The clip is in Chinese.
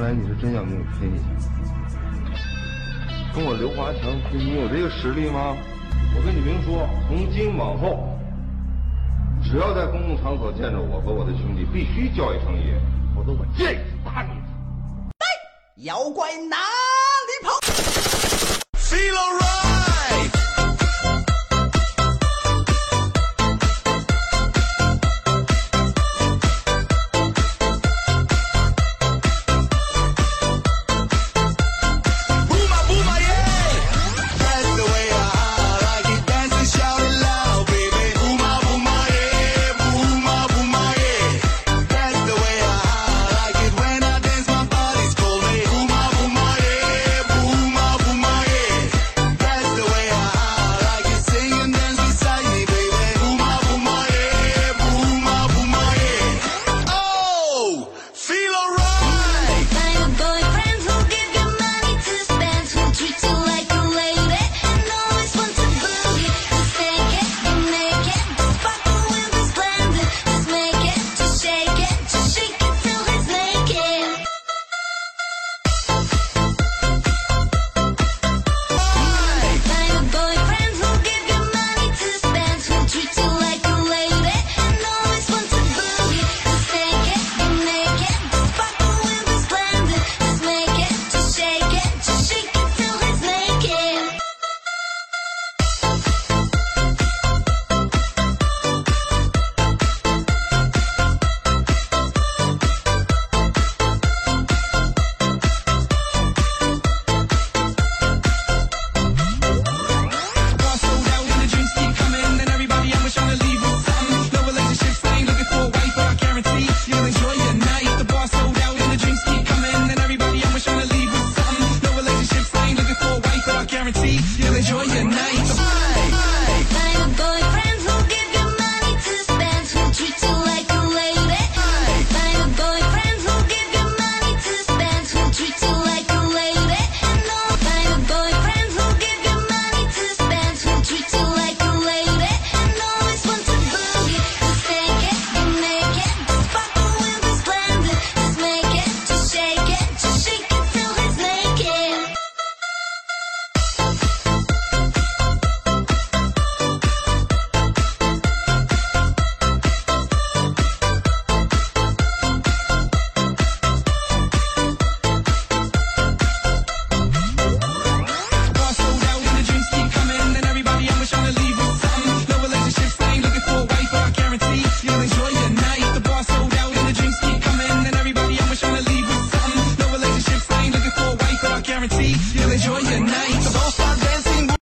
来你是真想跟我拼一下，跟我刘华强拼，你有这个实力吗？我跟你明说，从今往后，只要在公共场所见着我和我的兄弟，必须叫一声爷，否则我见一次打你一次。 妖怪哪里跑？ Feel alright.